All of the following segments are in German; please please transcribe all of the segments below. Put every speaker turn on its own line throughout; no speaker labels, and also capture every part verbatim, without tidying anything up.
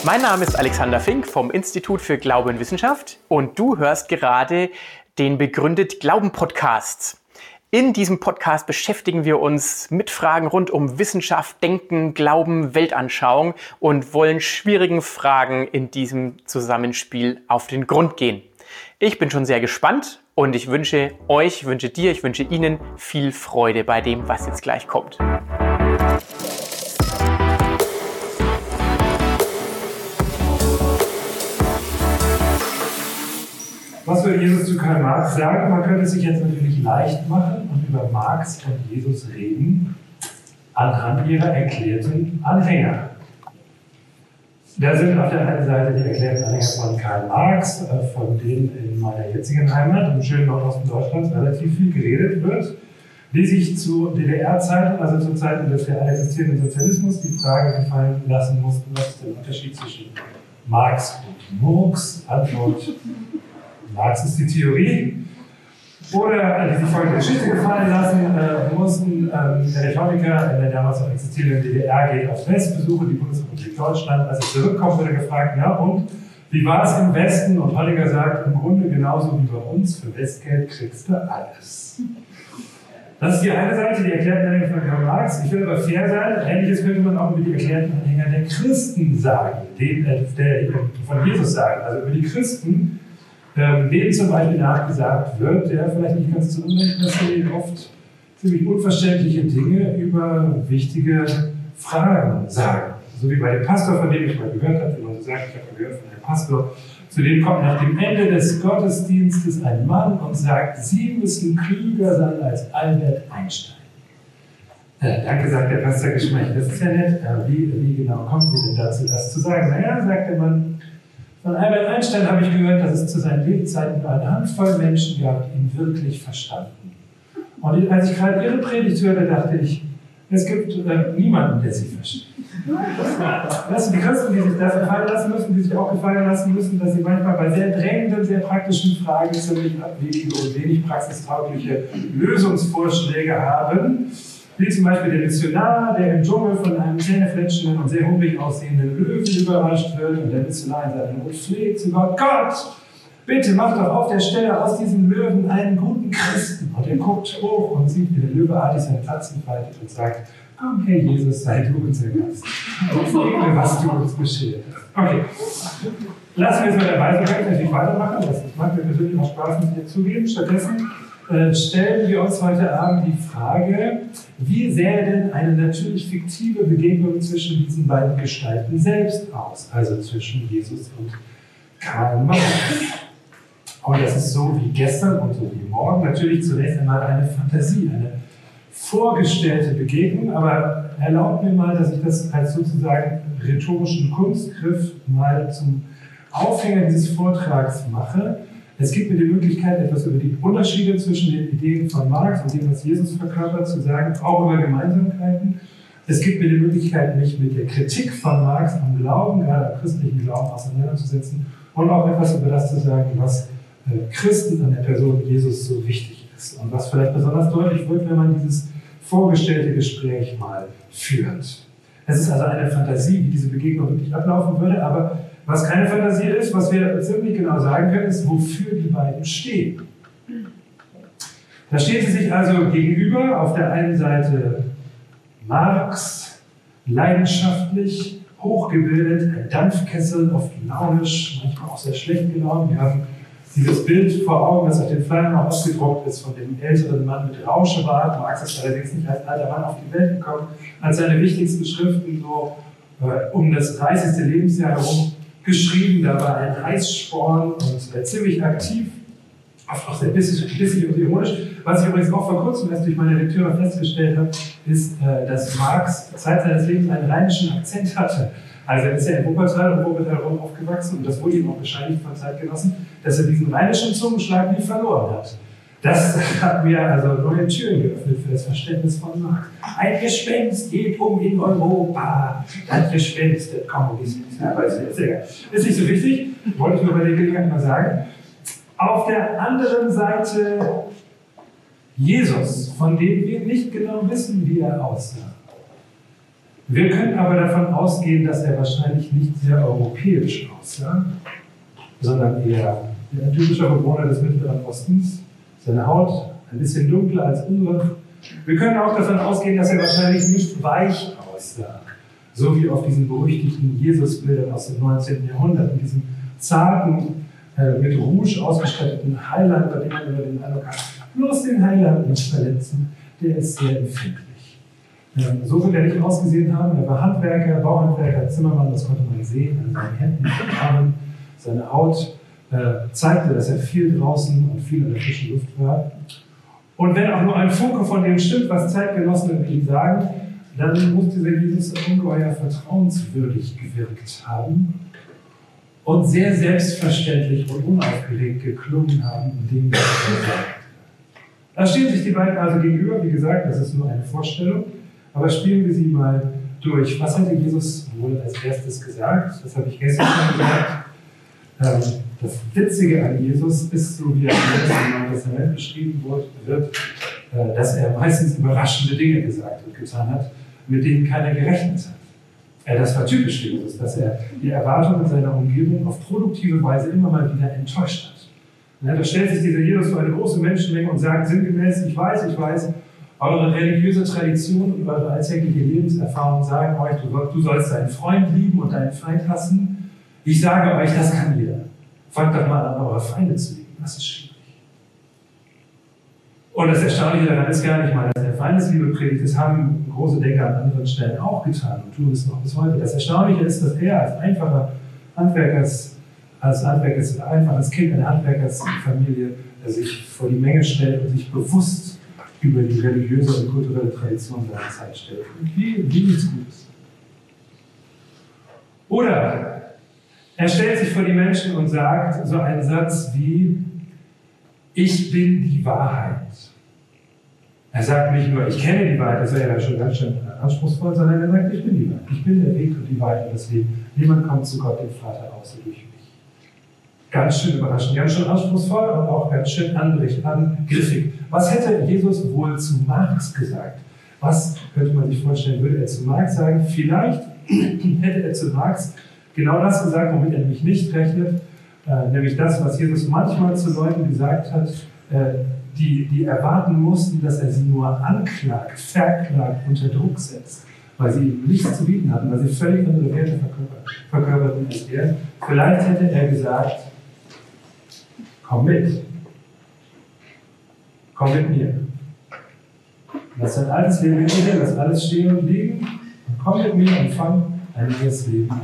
Mein Name ist Alexander Fink vom Institut für Glaube und Wissenschaft und du hörst gerade den Begründet Glauben Podcast. In diesem Podcast beschäftigen wir uns mit Fragen rund um Wissenschaft, Denken, Glauben, Weltanschauung und wollen schwierigen Fragen in diesem Zusammenspiel auf den Grund gehen. Ich bin schon sehr gespannt und ich wünsche euch, wünsche dir, ich wünsche Ihnen viel Freude bei dem, was jetzt gleich kommt.
Was würde Jesus zu Karl Marx sagen? Man könnte es sich jetzt natürlich leicht machen und über Marx und Jesus reden, anhand ihrer erklärten Anhänger. Da sind auf der einen Seite die erklärten Anhänger von Karl Marx, von denen in meiner jetzigen Heimat, im schönen Nordosten Deutschlands, relativ viel geredet wird, die sich zu D D R-Zeiten, also zu Zeiten des real existierenden Sozialismus, die Frage gefallen lassen mussten, was ist der Unterschied zwischen Marx und Murks? Antwort: Marx ist die Theorie. Oder die sich folgende Geschichte gefallen lassen äh, mussten. Ähm, der Rhetoriker in der damals noch existierenden D D R geht auf Festbesuche die Bundesrepublik Deutschland. Als er zurückkommt, wird er gefragt, ja und, wie war es im Westen? Und Holliger sagt, im Grunde genauso wie bei uns, für Westgeld kriegst du alles. Das ist die eine Seite, die erklärten Anhänger von Karl Marx. Ich will aber fair sein, Ähnliches könnte man auch über die erklärten Anhänger der Christen sagen, den, äh, der, von Jesus sagen, also über die Christen, denen zum Beispiel nachgesagt wird, der vielleicht nicht ganz zu Unrecht, dass sie oft ziemlich unverständliche Dinge über wichtige Fragen sagen. So wie bei dem Pastor, von dem ich mal gehört habe, wie man so sagt, ich habe mal gehört von einem Pastor, zu dem kommt nach dem Ende des Gottesdienstes ein Mann und sagt, Sie müssen klüger sein als Albert Einstein. Äh, danke, sagt der Pastor geschmeichelt, das ist ja nett. Äh, wie, wie genau kommen Sie denn dazu, das zu sagen? Naja, sagt der Mann, von Albert Einstein habe ich gehört, dass es zu seinen Lebzeiten nur eine Handvoll Menschen gab, die ihn wirklich verstanden. Und als ich gerade Ihre Predigt hörte, dachte ich, es gibt äh, niemanden, der sie versteht. Das sind die Christen, die sich das gefallen lassen müssen, die sich auch gefallen lassen müssen, dass sie manchmal bei sehr drängenden, sehr praktischen Fragen ziemlich abwegige und wenig praxistaugliche Lösungsvorschläge haben. Wie zum Beispiel der Missionar, der im Dschungel von einem zähnefletschenden und sehr hungrig aussehenden Löwen überrascht wird und der Missionar in seiner Not fleht zu Gott: Gott, bitte mach doch auf der Stelle aus diesem Löwen einen guten Christen. Und er guckt hoch und sieht, wie der Löwe artig seine Tatzen faltet und sagt: Komm, Herr Jesus, sei du unser Gast. Und segne, was du uns beschert hast. Okay, lassen wir es mit der Weise, kann ich natürlich weitermachen. Das macht mir persönlich auch Spaß, muss ich dir zugeben. Stattdessen stellen wir uns heute Abend die Frage, wie sähe denn eine natürlich fiktive Begegnung zwischen diesen beiden Gestalten selbst aus, also zwischen Jesus und Karl Marx. Und das ist so wie gestern und so wie morgen natürlich zunächst einmal eine Fantasie, eine vorgestellte Begegnung, aber erlaubt mir mal, dass ich das als sozusagen rhetorischen Kunstgriff mal zum Aufhänger dieses Vortrags mache. Es gibt mir die Möglichkeit, etwas über die Unterschiede zwischen den Ideen von Marx und dem, was Jesus verkörpert, zu sagen, auch über Gemeinsamkeiten. Es gibt mir die Möglichkeit, mich mit der Kritik von Marx am Glauben, gerade am christlichen Glauben, auseinanderzusetzen und auch etwas über das zu sagen, was äh, Christen an der Person Jesus so wichtig ist und was vielleicht besonders deutlich wird, wenn man dieses vorgestellte Gespräch mal führt. Es ist also eine Fantasie, wie diese Begegnung wirklich ablaufen würde, aber was keine Fantasie ist, was wir ziemlich genau sagen können, ist, wofür die beiden stehen. Da stehen sie sich also gegenüber, auf der einen Seite Marx, leidenschaftlich, hochgebildet, ein Dampfkessel, oft launisch, manchmal auch sehr schlecht gelaunt. Wir haben dieses Bild vor Augen, das auf den Flyern auch ausgedruckt ist, von dem älteren Mann mit Rauschebart. Marx ist allerdings nicht als alter Mann auf die Welt gekommen, als seine wichtigsten Schriften so äh, um das dreißigste Lebensjahr herum geschrieben. Da war ein Reissporn und äh, ziemlich aktiv, oft auch sehr bissig, bissig und ironisch. Was ich übrigens auch vor kurzem erst durch meine Lektüre festgestellt habe, ist, äh, dass Marx Zeit seines Lebens einen rheinischen Akzent hatte. Also er ist ja in Wuppertal und Wuppertal rum aufgewachsen und das wurde ihm auch bescheinigt von Zeitgenossen, dass er diesen rheinischen Zungenschlag nie verloren hat. Das hat mir also neue Türen geöffnet für das Verständnis von Marx. Ein Gespenst geht um in Europa. Das Gespenst der Kommunismus. Ja, aber ist, ist egal. Ist nicht so wichtig. Wollte ich nur bei der Gelegenheit mal sagen. Auf der anderen Seite Jesus, von dem wir nicht genau wissen, wie er aussah. Wir können aber davon ausgehen, dass er wahrscheinlich nicht sehr europäisch aussah, sondern eher ein typischer Bewohner des Mittleren Ostens. Seine Haut ein bisschen dunkler als unsere. Wir können auch davon ausgehen, dass er wahrscheinlich nicht weich aussah, so wie auf diesen berüchtigten Jesusbildern aus dem neunzehnten Jahrhundert, mit diesem zarten, äh, mit Rouge ausgestatteten Heiland, bei dem man über den Eindruck hat, bloß den Heiland nicht verletzen, der ist sehr empfindlich. Ähm, so wird er nicht ausgesehen haben. Er war Handwerker, Bauhandwerker, Zimmermann, das konnte man sehen an seinen Händen und Armen. Seine Haut äh, zeigte, dass er viel draußen und viel in der frischen Luft war. Und wenn auch nur ein Funke von dem stimmt, was Zeitgenossen über ihn sagen, dann muss dieser Jesus ungeheuer vertrauenswürdig gewirkt haben und sehr selbstverständlich und unaufgeregt geklungen haben, indem er es sagt. Da stehen sich die beiden also gegenüber. Wie gesagt, das ist nur eine Vorstellung. Aber spielen wir sie mal durch. Was hatte Jesus wohl als erstes gesagt? Das habe ich gestern schon gesagt. Ähm, das Witzige an Jesus ist, so wie er im Neuen Testament beschrieben wird, äh, dass er meistens überraschende Dinge gesagt und getan hat, mit denen keiner gerechnet hat. Äh, das war typisch für Jesus, dass er die Erwartungen seiner Umgebung auf produktive Weise immer mal wieder enttäuscht hat. Ja, da stellt sich dieser Jesus vor eine große Menschenmenge und sagt sinngemäß, ich weiß, ich weiß, eure religiöse Tradition und eure alltägliche Lebenserfahrung sagen euch, du sollst deinen Freund lieben und deinen Feind hassen. Ich sage euch, das kann jeder. Fangt doch mal an, eure Feinde zu lieben. Das ist schwierig. Und das Erstaunliche daran ist gar nicht mal, dass er Feindesliebe predigt. Das haben große Denker an anderen Stellen auch getan und tun es noch bis heute. Das Erstaunliche ist, dass er als einfacher Handwerkers, als Handwerkers, einfaches Kind einer Handwerkersfamilie sich vor die Menge stellt und sich bewusst über die religiöse und kulturelle Tradition seiner Zeit stellt. Wie, wie nichts Gutes. Oder er stellt sich vor die Menschen und sagt so einen Satz wie, ich bin die Wahrheit. Er sagt nicht nur, ich kenne die Wahrheit, das wäre ja schon ganz schön anspruchsvoll, sondern er sagt, ich bin die Wahrheit. Ich bin der Weg und die Wahrheit und das Leben. Niemand kommt zu Gott, dem Vater, außer durch mich. Ganz schön überraschend, ganz schön anspruchsvoll, aber auch ganz schön angriffig. Was hätte Jesus wohl zu Marx gesagt? Was könnte man sich vorstellen, würde er zu Marx sagen? Vielleicht hätte er zu Marx genau das gesagt, womit er nämlich nicht rechnet, äh, nämlich das, was Jesus manchmal zu Leuten gesagt hat, äh, die, die erwarten mussten, dass er sie nur anklagt, verklagt, unter Druck setzt, weil sie ihm nichts zu bieten hatten, weil sie völlig andere Werte verkörperten als er. Vielleicht hätte er gesagt, komm mit. Komm mit mir. Lass dein altes Leben hinter dir, lass alles stehen und liegen und komm mit mir und fang ein neues Leben an.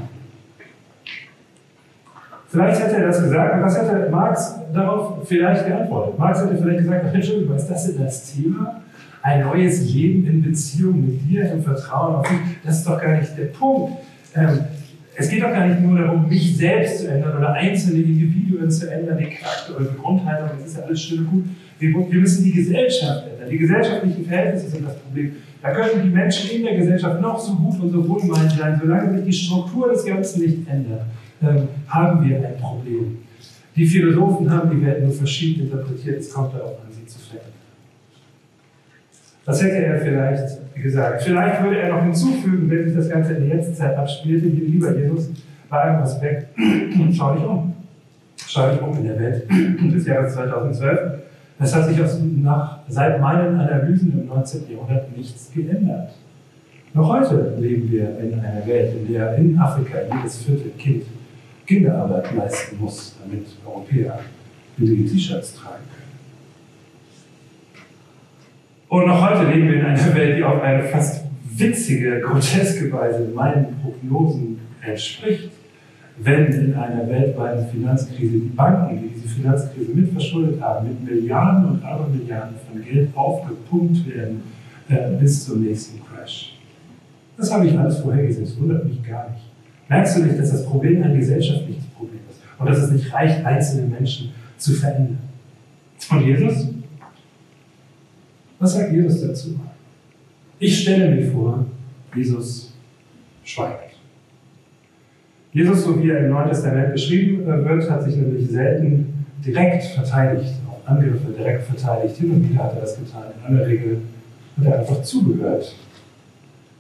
Vielleicht hätte er das gesagt, und was hätte Marx darauf vielleicht geantwortet? Marx hätte vielleicht gesagt, Entschuldigung, was ist das denn das Thema? Ein neues Leben in Beziehung mit dir, im Vertrauen auf dich, das ist doch gar nicht der Punkt. Ähm, Es geht doch gar nicht nur darum, mich selbst zu ändern oder einzelne Individuen zu ändern, den Charakter oder die Grundhaltung, das ist ja alles schön und gut. Wir, wir müssen die Gesellschaft ändern. Die gesellschaftlichen Verhältnisse sind das Problem. Da können die Menschen in der Gesellschaft noch so gut und so wohlmeinend sein. Solange sich die Struktur des Ganzen nicht ändert, ähm, haben wir ein Problem. Die Philosophen haben die Welt nur verschieden interpretiert. Es kommt darauf an, sie zu verändern. Das hätte er vielleicht gesagt. Vielleicht würde er noch hinzufügen, wenn sich das Ganze in der Jetztzeit abspielte, lieber Jesus, bei einem Aspekt, schau dich um. Schau dich um in der Welt des Jahres zweitausendzwölf. Es hat sich aus, nach, seit meinen Analysen im neunzehnten Jahrhundert nichts geändert. Noch heute leben wir in einer Welt, in der in Afrika jedes vierte Kind Kinderarbeit leisten muss, damit Europäer billige T-Shirts tragen können. Und noch heute leben wir in einer Welt, die auf eine fast witzige, groteske Weise meinen Prognosen entspricht. Wenn in einer weltweiten Finanzkrise die Banken, die diese Finanzkrise mitverschuldet haben, mit Milliarden und Abermilliarden von Geld aufgepumpt werden äh, bis zum nächsten Crash. Das habe ich alles vorhergesehen, das wundert mich gar nicht. Merkst du nicht, dass das Problem ein gesellschaftliches Problem ist und dass es nicht reicht, einzelne Menschen zu verändern? Und Jesus? Was sagt Jesus dazu? Ich stelle mir vor, Jesus schweigt. Jesus, so wie er im Neuen Testament beschrieben wird, hat sich nämlich selten direkt verteidigt, auch Angriffe direkt verteidigt. Hin und wieder hat er das getan. In aller Regel hat er einfach zugehört.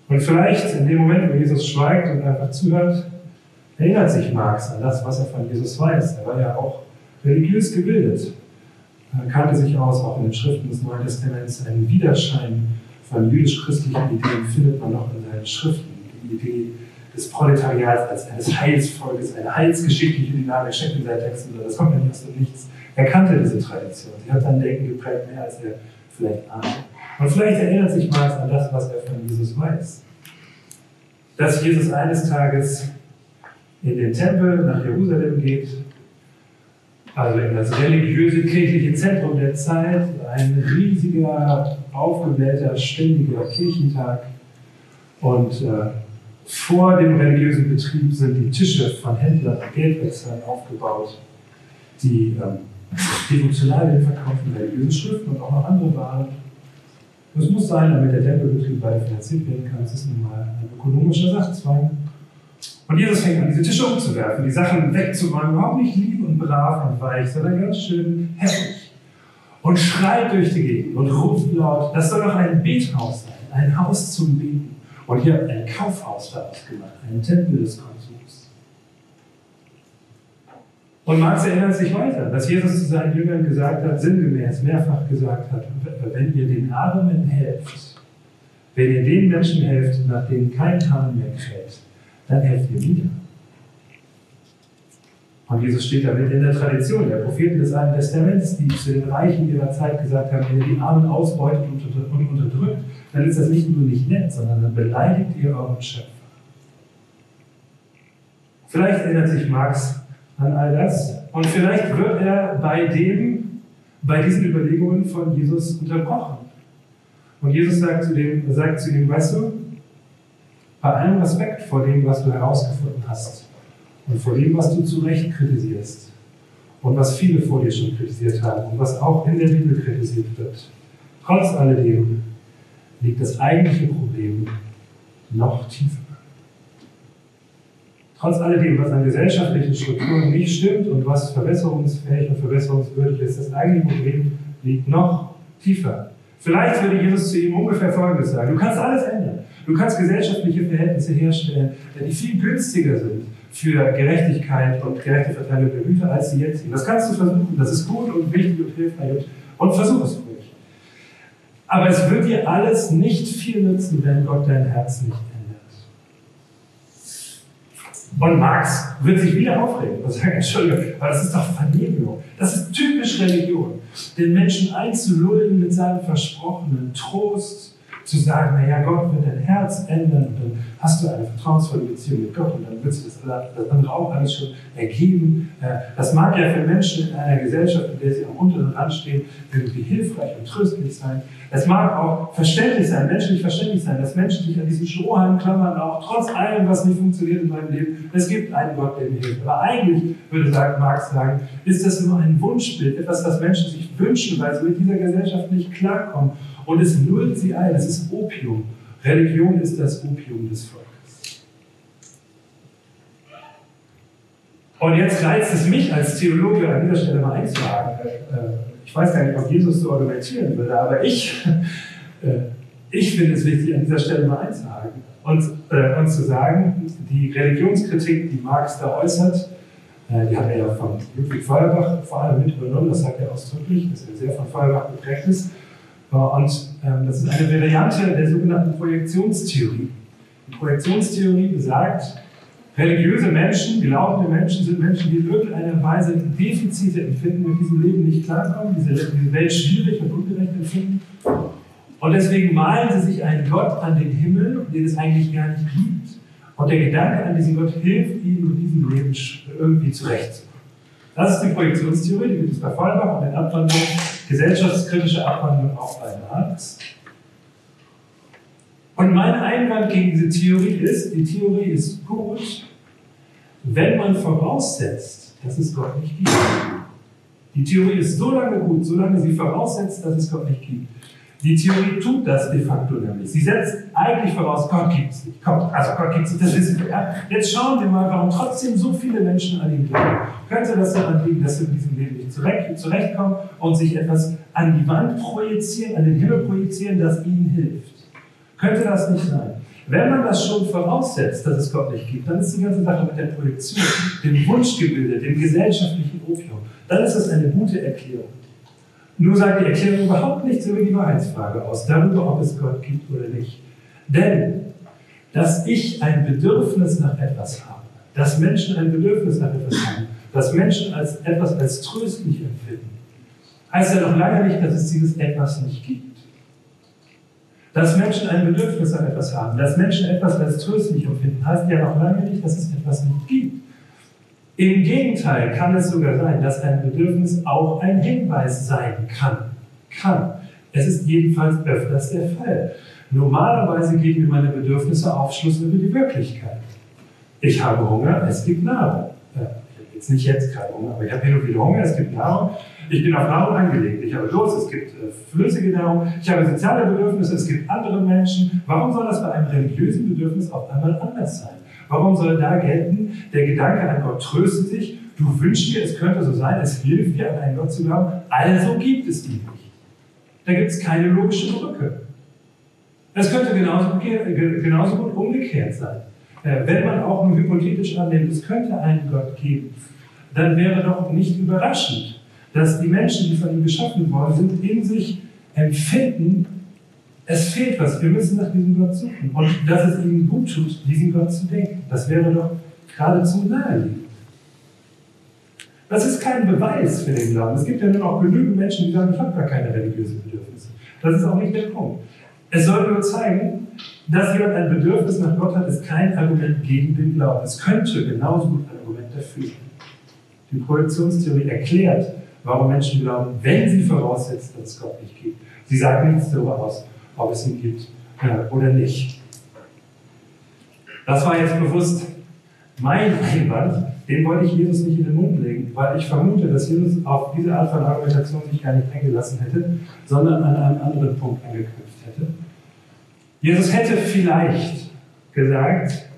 Und vielleicht in dem Moment, wo Jesus schweigt und einfach zuhört, erinnert sich Marx an das, was er von Jesus weiß. Er war ja auch religiös gebildet. Er kannte sich aus, auch in den Schriften des Neuen Testaments. Einen Widerschein von jüdisch-christlichen Ideen findet man noch in seinen Schriften. Die Idee des Proletariats als eines Heilsvolkes, eine heilsgeschichtliche Dynamik steckt in seinen Texten. Das kommt ja nicht aus dem Nichts. Er kannte diese Tradition. Sie hat sein Denken geprägt, mehr als er vielleicht ahnte. Und vielleicht erinnert sich Marx an das, was er von Jesus weiß. Dass Jesus eines Tages in den Tempel nach Jerusalem geht, also in das religiöse, kirchliche Zentrum der Zeit, ein riesiger, aufgeblähter, ständiger Kirchentag. Und äh, vor dem religiösen Betrieb sind die Tische von Händlern und Geldwechseln aufgebaut, die ähm, Devotionalien verkaufen, religiöse Schriften und auch noch andere Waren. Das muss sein, damit der Tempelbetrieb weiter finanziert werden kann. Das ist nun mal ein ökonomischer Sachzwang. Und Jesus fängt an, diese Tische umzuwerfen, die Sachen wegzuräumen, überhaupt nicht lieb und brav und weich, sondern ganz schön heftig. Und schreit durch die Gegend und ruft laut, das soll doch ein Bethaus sein, ein Haus zum Beten. Und hier ein Kaufhaus daraus gemacht, ein Tempel des Konsums. Und Marx erinnert sich weiter, dass Jesus zu seinen Jüngern gesagt hat, sinngemäß mehrfach gesagt hat, wenn ihr den Armen helft, wenn ihr den Menschen helft, nach denen kein Hahn mehr kräht, dann helft ihr mir. Und Jesus steht damit in der Tradition der Propheten des Alten Testaments, die zu den Reichen ihrer Zeit gesagt haben, wenn ihr die Armen ausbeutet und unterdrückt, dann ist das nicht nur nicht nett, sondern dann beleidigt ihr euren Schöpfer. Vielleicht erinnert sich Marx an all das und vielleicht wird er bei dem, bei diesen Überlegungen von Jesus unterbrochen. Und Jesus sagt zu, dem, sagt zu ihm, weißt du, bei allem Respekt vor dem, was du herausgefunden hast und vor dem, was du zu Recht kritisierst und was viele vor dir schon kritisiert haben und was auch in der Bibel kritisiert wird, trotz alledem liegt das eigentliche Problem noch tiefer. Trotz alledem, was an gesellschaftlichen Strukturen nicht stimmt und was verbesserungsfähig und verbesserungswürdig ist, das eigentliche Problem liegt noch tiefer. Vielleicht würde Jesus zu ihm ungefähr Folgendes sagen: Du kannst alles ändern. Du kannst gesellschaftliche Verhältnisse herstellen, die viel günstiger sind für Gerechtigkeit und gerechte Verteilung der Güter als die jetzigen. Das kannst du versuchen. Das ist gut und wichtig und hilfreich. Und versuch es ruhig. Aber es wird dir alles nicht viel nützen, wenn Gott dein Herz nicht ändert. Und Marx wird sich wieder aufregen und sagen, Entschuldigung, aber das ist doch Vernebelung. Das ist typisch Religion. Den Menschen einzulullen mit seinem versprochenen Trost, zu sagen, naja, Gott wird dein Herz ändern und dann hast du eine vertrauensvolle Beziehung mit Gott und dann wird sich das, das andere auch alles schon ergeben. Das mag ja für Menschen in einer Gesellschaft, in der sie am unteren Rand stehen, irgendwie hilfreich und tröstlich sein. Es mag auch verständlich sein, menschlich verständlich sein, dass Menschen sich an diesen Strohhalm klammern, auch trotz allem, was nicht funktioniert in meinem Leben. Es gibt einen Gott, der mir hilft. Aber eigentlich, würde Marx sagen, ist das nur ein Wunschbild, etwas, was Menschen sich wünschen, weil sie mit dieser Gesellschaft nicht klarkommen. Und es nullt sie ein, es ist Opium. Religion ist das Opium des Volkes. Und jetzt reizt es mich als Theologe an dieser Stelle mal einzuhaken. Ich weiß gar nicht, ob Jesus so argumentieren würde, aber ich, ich finde es wichtig, an dieser Stelle mal einzuhaken. Und, und zu sagen, die Religionskritik, die Marx da äußert, die hat er ja von Ludwig Feuerbach vor allem mit übernommen, das sagt er ausdrücklich, dass er sehr von Feuerbach geprägt ist. Und ähm, das ist eine Variante der sogenannten Projektionstheorie. Die Projektionstheorie besagt, religiöse Menschen, glaubende Menschen sind Menschen, die in irgendeiner Weise Defizite empfinden, mit diesem Leben nicht klarkommen, diese, diese Welt schwierig und ungerecht empfinden. Und deswegen malen sie sich einen Gott an den Himmel, den es eigentlich gar nicht gibt. Und der Gedanke an diesen Gott hilft ihnen, mit diesem Leben irgendwie zurechtzukommen. Das ist die Projektionstheorie, die gibt es bei Feuerbach und in Abwandlung, gesellschaftskritische Abwandlung auch bei Marx. Und mein Einwand gegen diese Theorie ist, die Theorie ist gut, wenn man voraussetzt, dass es Gott nicht gibt. Die Theorie ist so lange gut, solange sie voraussetzt, dass es Gott nicht gibt. Die Theorie tut das de facto nämlich. Sie setzt eigentlich voraus, Gott gibt es nicht. Gott, also Gott gibt es nicht, das wissen wir. Ja? Jetzt schauen wir mal, warum trotzdem so viele Menschen an ihn glauben. Könnte das daran liegen, dass sie in diesem Leben nicht zurecht, zurechtkommen und sich etwas an die Wand projizieren, an den Himmel projizieren, das ihnen hilft? Könnte das nicht sein? Wenn man das schon voraussetzt, dass es Gott nicht gibt, dann ist die ganze Sache mit der Projektion, dem Wunschgebilde, dem gesellschaftlichen Opium, dann ist das eine gute Erklärung. Nur sagt die Erklärung überhaupt nichts über die Wahrheitsfrage aus, darüber, ob es Gott gibt oder nicht. Denn, dass ich ein Bedürfnis nach etwas habe, dass Menschen ein Bedürfnis nach etwas haben, dass Menschen als etwas als tröstlich empfinden, heißt ja noch lange nicht, dass es dieses etwas nicht gibt. Dass Menschen ein Bedürfnis nach etwas haben, dass Menschen etwas als tröstlich empfinden, heißt ja noch lange nicht, dass es etwas nicht gibt. Im Gegenteil kann es sogar sein, dass ein Bedürfnis auch ein Hinweis sein kann. Kann. Es ist jedenfalls öfters der Fall. Normalerweise geben mir meine Bedürfnisse Aufschluss über die Wirklichkeit. Ich habe Hunger, es gibt Nahrung. Ich habe jetzt nicht jetzt keinen Hunger, aber ich habe hin und wieder Hunger, es gibt Nahrung. Ich bin auf Nahrung angelegt. Ich habe Durst, es gibt äh, flüssige Nahrung. Ich habe soziale Bedürfnisse, es gibt andere Menschen. Warum soll das bei einem religiösen Bedürfnis auf einmal anders sein? Warum soll da gelten, der Gedanke an Gott tröstet dich, du wünschst dir, es könnte so sein, es hilft dir, an einen Gott zu glauben, also gibt es ihn nicht. Da gibt es keine logische Brücke. Es könnte genauso, genauso gut umgekehrt sein. Äh, wenn man auch nur hypothetisch annimmt, es könnte einen Gott geben, dann wäre doch nicht überraschend, dass die Menschen, die von ihm geschaffen worden sind, in sich empfinden, es fehlt was, wir müssen nach diesem Gott suchen. Und dass es ihnen gut tut, diesen Gott zu denken. Das wäre doch geradezu naheliegend. Das ist kein Beweis für den Glauben. Es gibt ja nur noch genügend Menschen, die sagen, ich habe gar keine religiösen Bedürfnisse. Das ist auch nicht der Punkt. Es soll nur zeigen, dass jemand ein Bedürfnis nach Gott hat, ist kein Argument gegen den Glauben. Es könnte genauso gut ein Argument dafür sein. Die Projektionstheorie erklärt, warum Menschen glauben, wenn sie voraussetzt, dass es Gott nicht gibt. Sie sagt nichts darüber aus, ob es ihn gibt äh, oder nicht. Das war jetzt bewusst mein Einwand, den wollte ich Jesus nicht in den Mund legen, weil ich vermute, dass Jesus auf diese Art von Argumentation sich gar nicht eingelassen hätte, sondern an einem anderen Punkt angeknüpft hätte. Jesus hätte vielleicht gesagt,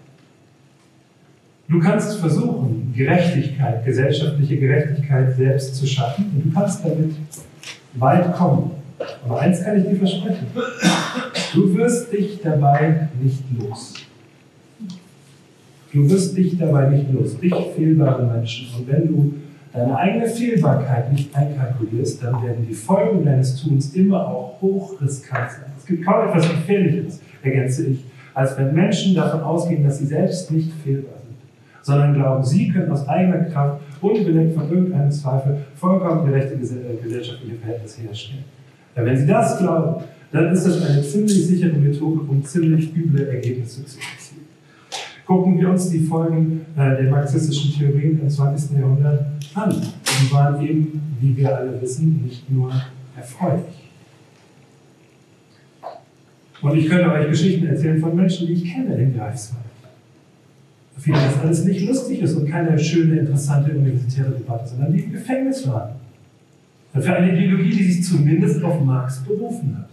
du kannst versuchen, Gerechtigkeit, gesellschaftliche Gerechtigkeit selbst zu schaffen und du kannst damit weit kommen. Aber eins kann ich dir versprechen, du wirst dich dabei nicht los. Du wirst dich dabei nicht los, dich fehlbare Menschen. Und wenn du deine eigene Fehlbarkeit nicht einkalkulierst, dann werden die Folgen deines Tuns immer auch hochriskant sein. Es gibt kaum etwas Gefährlicheres, ergänze ich, als wenn Menschen davon ausgehen, dass sie selbst nicht fehlbar sind, sondern glauben, sie können aus eigener Kraft, unbeleckt von irgendeinem Zweifel, vollkommen gerechte gesellschaftliche Verhältnisse herstellen. Ja, wenn sie das glauben, dann ist das eine ziemlich sichere Methode, um ziemlich üble Ergebnisse zu erzielen. Gucken wir uns die Folgen äh, der marxistischen Theorien im zwanzigsten Jahrhundert an. Die waren eben, wie wir alle wissen, nicht nur erfreulich. Und ich könnte euch Geschichten erzählen von Menschen, die ich kenne in Greifswald. Für die das alles nicht lustig ist und keine schöne, interessante universitäre Debatte, sondern die im Gefängnis waren. Und für eine Ideologie, die sich zumindest auf Marx berufen hat.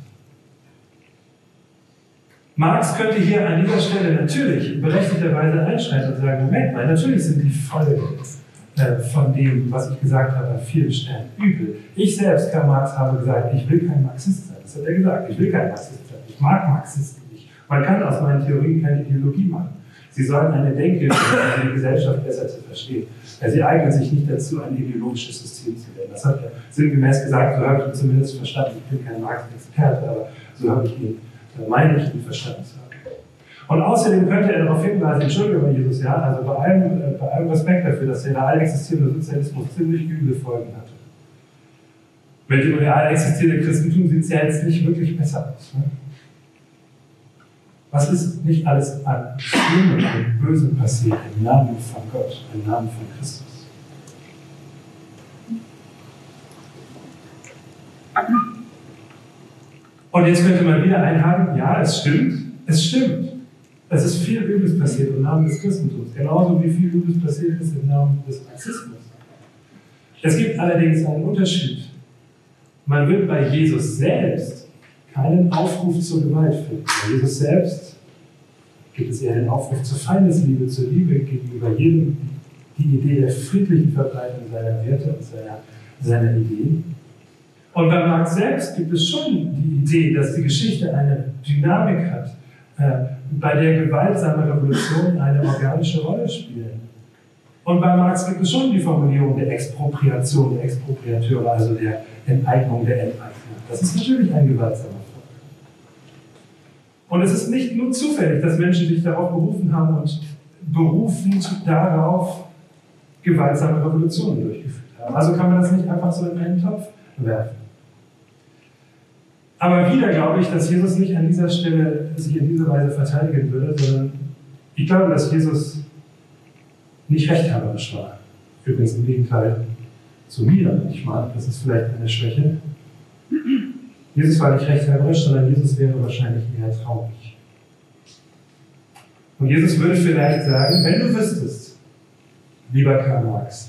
Marx könnte hier an dieser Stelle natürlich berechtigterweise einschreiten und sagen, Moment mal, natürlich sind die Folgen äh, von dem, was ich gesagt habe, an vielen Stellen übel. Ich selbst, Karl Marx, habe gesagt, ich will kein Marxist sein. Das hat er gesagt, ich will kein Marxist sein. Ich mag Marxisten nicht. Man kann aus meinen Theorien keine Ideologie machen. Sie sollen eine Denke, um die Gesellschaft besser zu verstehen. Sie eignen sich nicht dazu, ein ideologisches System zu werden. Das hat er sinngemäß gesagt, so habe ich ihn zumindest verstanden. Ich bin kein Marx-Experte, aber so habe ich ihn, meine ich ihn verstanden zu haben. Und außerdem könnte er darauf hinweisen, Entschuldigung, Jesus, ja, also bei allem, äh, bei allem Respekt dafür, dass der real existierende Sozialismus ziemlich üble Folgen hatte. Mit dem real existierenden Christentum sieht es ja jetzt nicht wirklich besser aus. Ne? Was ist nicht alles an Schlimmen und Bösen passiert im Namen von Gott, im Namen von Christus? Und jetzt könnte man wieder einhaken, ja, es stimmt, es stimmt. Es ist viel Übles passiert im Namen des Christentums, genauso wie viel Übles passiert ist im Namen des Marxismus. Es gibt allerdings einen Unterschied. Man wird bei Jesus selbst keinen Aufruf zur Gewalt finden. Bei Jesus selbst gibt es eher einen Aufruf zur Feindesliebe, zur Liebe gegenüber jedem, die Idee der friedlichen Verbreitung seiner Werte und seiner, seiner Ideen. Und bei Marx selbst gibt es schon die Idee, dass die Geschichte eine Dynamik hat, äh, bei der gewaltsame Revolution eine organische Rolle spielen. Und bei Marx gibt es schon die Formulierung der Expropriation der Expropriateure, also der Enteignung der Enteigner. Das ist natürlich ein gewaltsamer Vorgang. Und es ist nicht nur zufällig, dass Menschen sich darauf berufen haben und berufend darauf gewaltsame Revolutionen durchgeführt haben. Also kann man das nicht einfach so in einen Topf werfen. Aber wieder glaube ich, dass Jesus nicht an dieser Stelle sich in dieser Weise verteidigen würde, sondern ich glaube, dass Jesus nicht rechthaberisch war. Übrigens im Gegenteil zu mir manchmal, das ist vielleicht eine Schwäche. Jesus war nicht rechthaberisch, sondern Jesus wäre wahrscheinlich eher traurig. Und Jesus würde vielleicht sagen, wenn du wüsstest, lieber Karl Marx,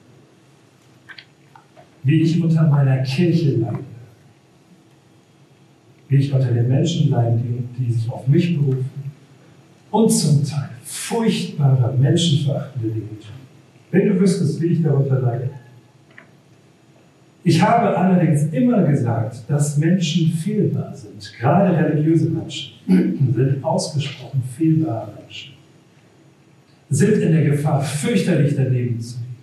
wie ich unter meiner Kirche leide, wie ich unter den Menschen leide, die, die sich auf mich berufen und zum Teil furchtbare, menschenverachtende Dinge tun. Wenn du wüsstest, wie ich darunter leide. Ich habe allerdings immer gesagt, dass Menschen fehlbar sind. Gerade religiöse Menschen sind ausgesprochen fehlbare Menschen. Sind in der Gefahr, fürchterlich daneben zu liegen.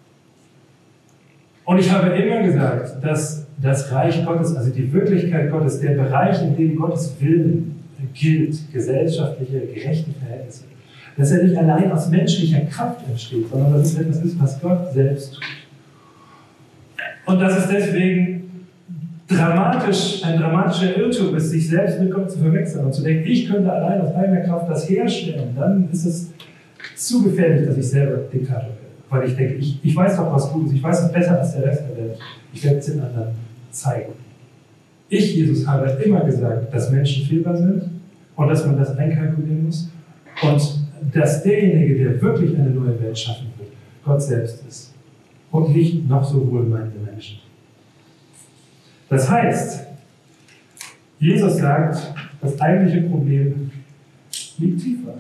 Und ich habe immer gesagt, dass das Reich Gottes, also die Wirklichkeit Gottes, der Bereich, in dem Gottes Willen gilt, gesellschaftliche, gerechte Verhältnisse, dass er nicht allein aus menschlicher Kraft entsteht, sondern dass es etwas ist, was Gott selbst tut. Und dass es deswegen dramatisch, ein dramatischer Irrtum ist, sich selbst mit Gott zu verwechseln und zu denken, ich könnte allein aus eigener Kraft das herstellen, dann ist es zu gefährlich, dass ich selber Diktator werde. Weil ich denke, ich, ich weiß doch was Gutes, ich weiß es besser als der Rest der Welt. Ich werde es den anderen zeigen. Ich, Jesus, habe immer gesagt, dass Menschen fehlbar sind und dass man das einkalkulieren muss und dass derjenige, der wirklich eine neue Welt schaffen wird, Gott selbst ist und nicht noch so wohlmeinende Menschen. Das heißt, Jesus sagt, das eigentliche Problem liegt tiefer.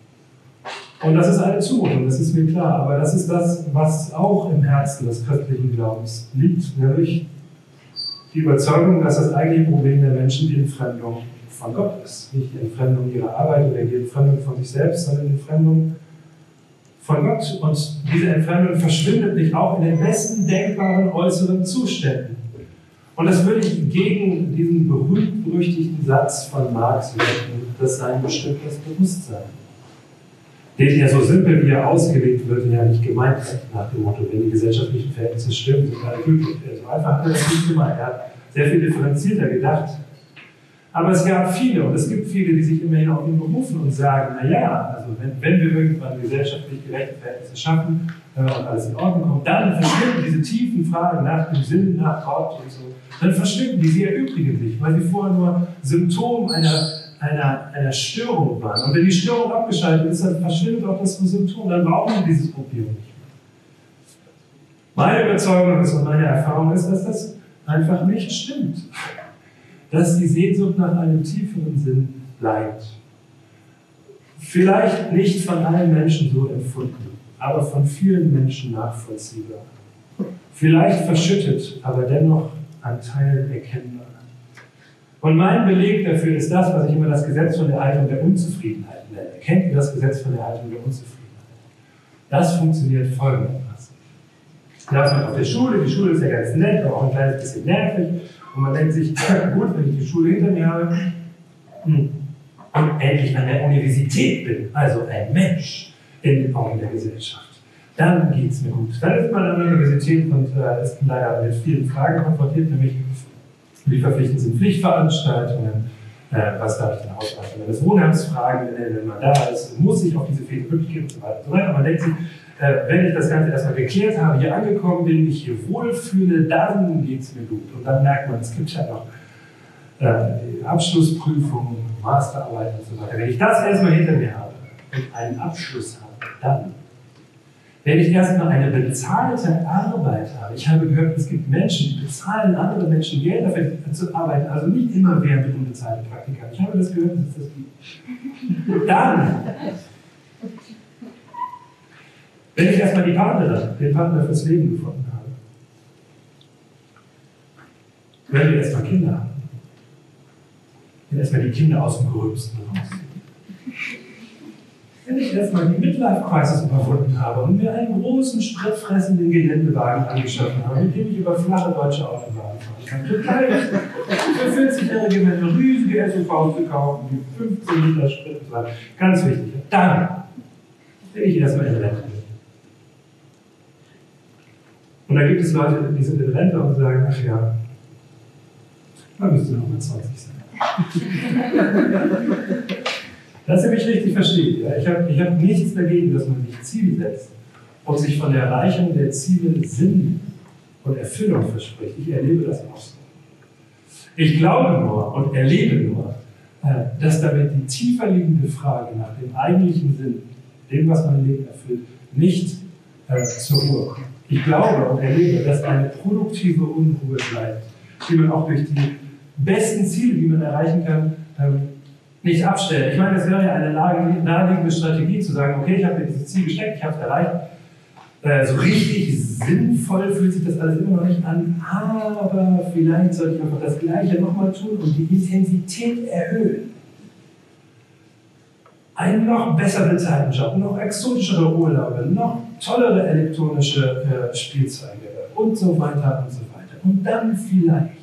Und das ist eine Zumutung, das ist mir klar, aber das ist das, was auch im Herzen des christlichen Glaubens liegt, nämlich die Überzeugung, dass das eigentliche Problem der Menschen die Entfremdung von Gott ist. Nicht die Entfremdung ihrer Arbeit oder die Entfremdung von sich selbst, sondern die Entfremdung von Gott. Und diese Entfremdung verschwindet nicht auch in den besten denkbaren äußeren Zuständen. Und das würde ich gegen diesen berühmt-berüchtigten Satz von Marx wenden, das sei ein bestimmtes Bewusstsein. Den ja so simpel, wie er ausgelegt wird, ja nicht gemeint hat, nach dem Motto, wenn die gesellschaftlichen Verhältnisse stimmen, sind alle glücklich. Also einfach hat er das nicht gemeint. Er hat sehr viel differenzierter gedacht. Aber es gab viele, und es gibt viele, die sich immerhin auf ihn berufen und sagen, naja, also wenn, wenn wir irgendwann gesellschaftlich gerechte Verhältnisse schaffen äh, und alles in Ordnung kommt, dann verschwinden diese tiefen Fragen nach dem Sinn, nach Gott und so, dann verschwinden die, sie erübrigen sich, weil sie vorher nur Symptom einer Einer, einer Störung waren. Und wenn die Störung abgeschaltet ist, dann verschwindet auch das Symptom, dann brauchen wir dieses Opium nicht mehr. Meine Überzeugung ist und meine Erfahrung ist, dass das einfach nicht stimmt. Dass die Sehnsucht nach einem tieferen Sinn bleibt. Vielleicht nicht von allen Menschen so empfunden, aber von vielen Menschen nachvollziehbar. Vielleicht verschüttet, aber dennoch an Teilen erkennbar. Und mein Beleg dafür ist das, was ich immer das Gesetz von der Haltung der Unzufriedenheit nenne. Kennt ihr das Gesetz von der Haltung der Unzufriedenheit? Das funktioniert folgendermaßen. Da ist man auf der Schule, die Schule ist ja ganz nett, aber auch ein kleines bisschen nervig. Und man denkt sich, gut, wenn ich die Schule hinter mir habe und endlich an der Universität bin, also ein Mensch in den Augen der Gesellschaft, dann geht es mir gut. Dann ist man an der Universität und äh, ist leider mit vielen Fragen konfrontiert, nämlich wie verpflichtend sind Pflichtveranstaltungen, äh, was darf ich denn ausweisen, wenn es Wohnheimsfragen, wenn, wenn man da ist, muss ich auf diese Fähigkeit wirklich gehen und so weiter und so weiter. Man denkt sich, äh, wenn ich das Ganze erstmal geklärt habe, hier angekommen bin, mich hier wohlfühle, dann geht es mir gut. Und dann merkt man, es gibt ja noch äh, die Abschlussprüfungen, Masterarbeit und so weiter. Wenn ich das erstmal hinter mir habe und einen Abschluss habe, dann wenn ich erstmal eine bezahlte Arbeit habe, ich habe gehört, es gibt Menschen, die bezahlen andere Menschen Geld dafür zu arbeiten, also nicht immer wer mit unbezahlten Praktika. Ich habe das gehört, dass es das gibt. Dann, wenn ich erstmal die Partnerin, den Partner fürs Leben gefunden habe, wenn wir erstmal Kinder haben, wenn erstmal die Kinder aus dem Gröbsten rausziehen, ich erstmal die Midlife-Crisis überwunden habe und mir einen großen, spritfressenden Geländewagen angeschaffen habe, mit dem ich über flache deutsche Autobahnen fahren kann. Total für vierzig-Jährige mit eine riesige S U V zu kaufen, die fünfzehn Liter Sprit fahren. Ganz wichtig. Dann will ich erstmal in Rente. Und da gibt es Leute, die sind in Rente und sagen, ach ja, man müsste noch mal zwanzig sein. Dass ihr mich richtig versteht. Ja? Ich habe ich hab nichts dagegen, dass man sich Ziele setzt und sich von der Erreichung der Ziele Sinn und Erfüllung verspricht. Ich erlebe das auch so. Ich glaube nur und erlebe nur, dass damit die tiefer liegende Frage nach dem eigentlichen Sinn, dem, was mein Leben erfüllt, nicht äh, zur Ruhe kommt. Ich glaube und erlebe, dass eine produktive Unruhe bleibt, die man auch durch die besten Ziele, die man erreichen kann, ähm, nicht abstellt. Ich meine, es wäre ja eine naheliegende Strategie zu sagen, okay, ich habe mir dieses Ziel gesteckt, ich habe es erreicht. Äh, so richtig sinnvoll fühlt sich das alles immer noch nicht an, aber vielleicht sollte ich einfach das Gleiche nochmal tun und die Intensität erhöhen. Einen noch besser bezahlten Job, noch exotischere Urlaube, noch tollere elektronische äh, Spielzeuge und so weiter und so weiter. Und dann vielleicht.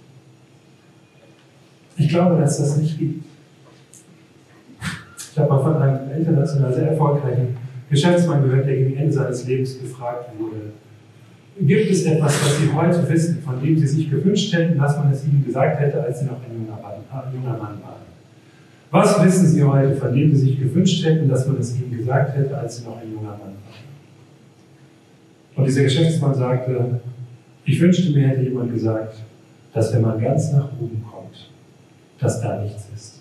Ich glaube, dass das nicht gibt. Ich habe mal von einem international sehr erfolgreichen Geschäftsmann gehört, der gegen Ende seines Lebens gefragt wurde, gibt es etwas, was Sie heute wissen, von dem Sie sich gewünscht hätten, dass man es Ihnen gesagt hätte, als Sie noch ein junger Mann, ein junger Mann waren? Was wissen Sie heute, von dem Sie sich gewünscht hätten, dass man es Ihnen gesagt hätte, als Sie noch ein junger Mann waren? Und dieser Geschäftsmann sagte, ich wünschte mir, hätte jemand gesagt, dass wenn man ganz nach oben kommt, dass da nichts ist.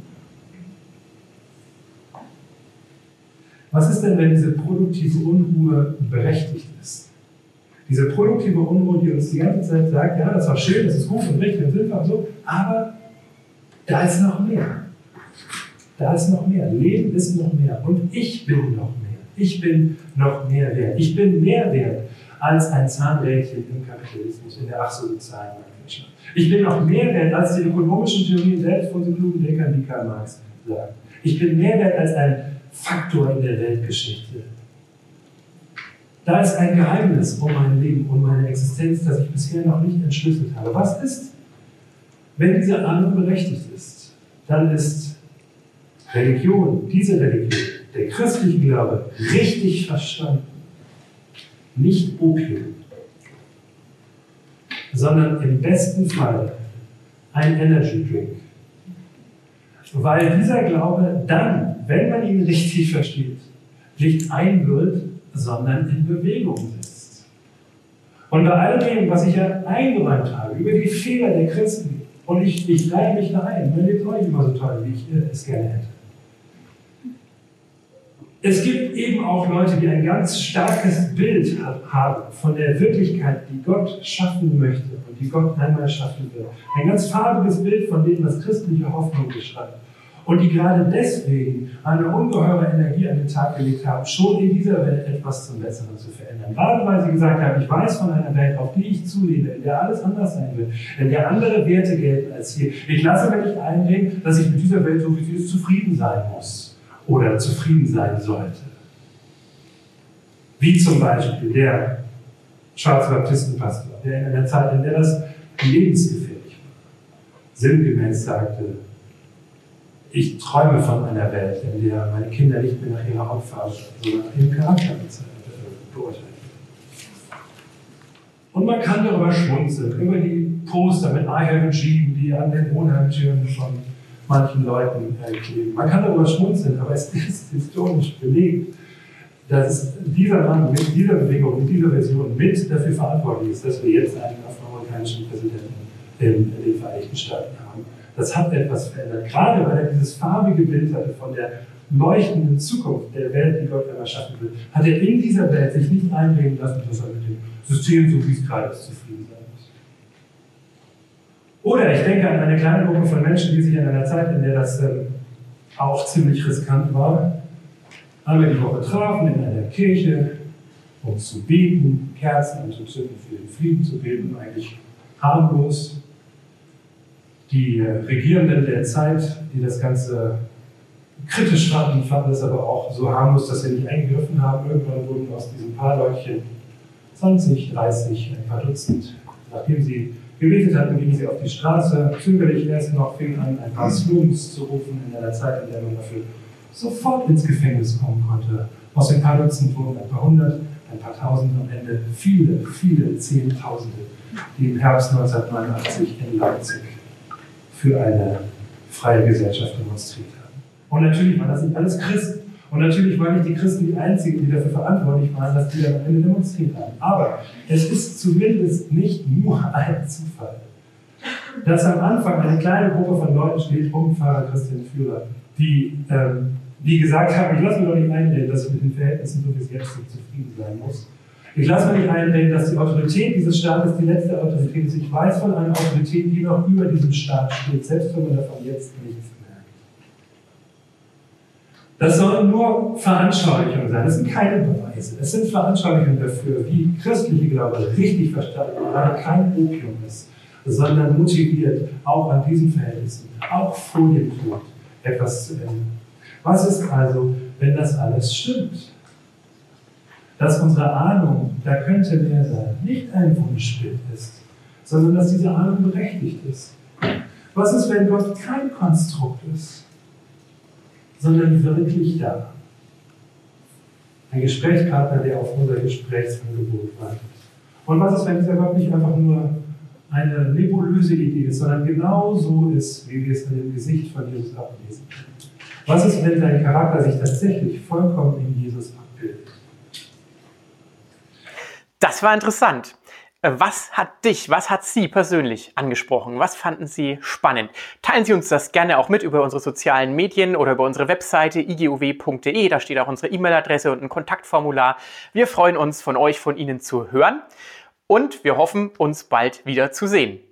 Was ist denn, wenn diese produktive Unruhe berechtigt ist? Diese produktive Unruhe, die uns die ganze Zeit sagt, ja, das war schön, das ist gut und richtig und sinnvoll und so, aber da ist noch mehr. Da ist noch mehr. Leben ist noch mehr. Und ich bin noch mehr. Ich bin noch mehr wert. Ich bin mehr wert als ein Zahnrädchen im Kapitalismus, in der ach so sozialen Marktwirtschaft. Ich bin noch mehr wert als die ökonomischen Theorien selbst von so klugen Denkern wie Karl Marx sagen. Ich bin mehr wert als ein Faktor in der Weltgeschichte. Da ist ein Geheimnis um mein Leben, um meine Existenz, das ich bisher noch nicht entschlüsselt habe. Was ist, wenn diese Ahnung berechtigt ist? Dann ist Religion, diese Religion, der christliche Glaube, richtig verstanden, nicht Opium, sondern im besten Fall ein Energy Drink. Weil dieser Glaube dann, wenn man ihn richtig versteht, nicht einwirkt, sondern in Bewegung setzt. Und bei all dem, was ich ja eingeräumt habe, über die Fehler der Christen, und ich, ich reihe mich da ein, man lebt auch nicht immer so toll, wie ich es gerne hätte. Es gibt eben auch Leute, die ein ganz starkes Bild haben von der Wirklichkeit, die Gott schaffen möchte und die Gott einmal schaffen wird. Ein ganz farbiges Bild von dem, was christliche Hoffnung beschreibt. Und die gerade deswegen eine ungeheure Energie an den Tag gelegt haben, schon in dieser Welt etwas zum Besseren zu verändern. Gerade weil sie gesagt haben, ich weiß von einer Welt, auf die ich zulebe, in der alles anders sein wird, in der andere Werte gelten als hier. Ich lasse mir nicht einreden, dass ich mit dieser Welt, so wie sie ist, zufrieden sein muss. Oder zufrieden sein sollte. Wie zum Beispiel der schwarze Baptistenpastor, der in einer Zeit, in der das lebensgefährlich war, sinngemäß sagte, ich träume von einer Welt, in der meine Kinder nicht mehr nach ihrer Hautfarbe, sondern nach ihrem Charakter beurteilt werden. Und man kann darüber schmunzeln, über die Poster mit I have a Gene, die an den Wohnheimtüren von manchen Leuten kleben. Man kann darüber schmunzeln, aber es ist historisch belegt, dass dieser Mann mit dieser Bewegung, mit dieser Version mit dafür verantwortlich ist, dass wir jetzt einen afroamerikanischen Präsidenten in den Vereinigten Staaten haben. Das hat etwas verändert. Gerade weil er dieses farbige Bild hatte von der leuchtenden Zukunft der Welt, die Gott einmal schaffen will, hat er in dieser Welt sich nicht einreden lassen, dass er mit dem System, so wie es gerade ist, zufrieden sein muss. Oder ich denke an eine kleine Gruppe von Menschen, die sich in einer Zeit, in der das ähm, auch ziemlich riskant war, einmal die Woche trafen in einer Kirche, um zu beten, Kerzen anzuzünden, für den Frieden zu beten, eigentlich harmlos. Die äh, Regierenden der Zeit, die das Ganze kritisch fanden, fanden es aber auch so harmlos, dass sie nicht eingegriffen haben. Irgendwann wurden aus diesen paar Leutchen zwanzig, dreißig, ein paar Dutzend. Nachdem sie gebetet hatten, gingen sie auf die Straße, zögerlich erst noch, fingen an, ein paar Slogans zu rufen in einer Zeit, in der man dafür sofort ins Gefängnis kommen konnte. Aus den paar Dutzend wurden ein paar hundert, ein paar tausend, am Ende viele, viele Zehntausende, die im Herbst neunzehnhundertneunundachtzig in Leipzig für eine freie Gesellschaft demonstriert haben. Und natürlich waren das nicht alles Christen. Und natürlich waren nicht die Christen die einzigen, die dafür verantwortlich waren, dass die dann am Ende demonstriert haben. Aber es ist zumindest nicht nur ein Zufall, dass am Anfang eine kleine Gruppe von Leuten steht, um Pfarrer Christian Führer, die, ähm, die gesagt haben, ich lasse mir doch nicht einreden, dass ich mit den Verhältnissen so wie es jetzt nicht zufrieden sein muss. Ich lasse mir nicht einreden, dass die Autorität dieses Staates die letzte Autorität ist. Ich weiß von einer Autorität, die noch über diesem Staat steht, selbst wenn man davon jetzt nichts merkt. Das sollen nur Veranschaulichungen sein, das sind keine Beweise. Es sind Veranschaulichungen dafür, wie christliche Glaube richtig verstanden gerade kein Opium ist, sondern motiviert, auch an diesen Verhältnissen, auch vor dem Tod, etwas zu ändern. Was ist also, wenn das alles stimmt? Dass unsere Ahnung, da könnte mehr sein, nicht ein Wunschbild ist, sondern dass diese Ahnung berechtigt ist. Was ist, wenn Gott kein Konstrukt ist, sondern wirklich da? Ein Gesprächspartner, der auf unser Gesprächsangebot wartet. Und was ist, wenn dieser Gott nicht einfach nur eine nebulöse Idee ist, sondern genau so ist, wie wir es an dem Gesicht von Jesus ablesen können? Was ist, wenn sein Charakter sich tatsächlich vollkommen in Jesus abbildet?
Das war interessant. Was hat dich, was hat Sie persönlich angesprochen? Was fanden Sie spannend? Teilen Sie uns das gerne auch mit über unsere sozialen Medien oder über unsere Webseite i g u w punkt d e. Da steht auch unsere E-Mail-Adresse und ein Kontaktformular. Wir freuen uns, von euch, von Ihnen zu hören und wir hoffen, uns bald wieder zu sehen.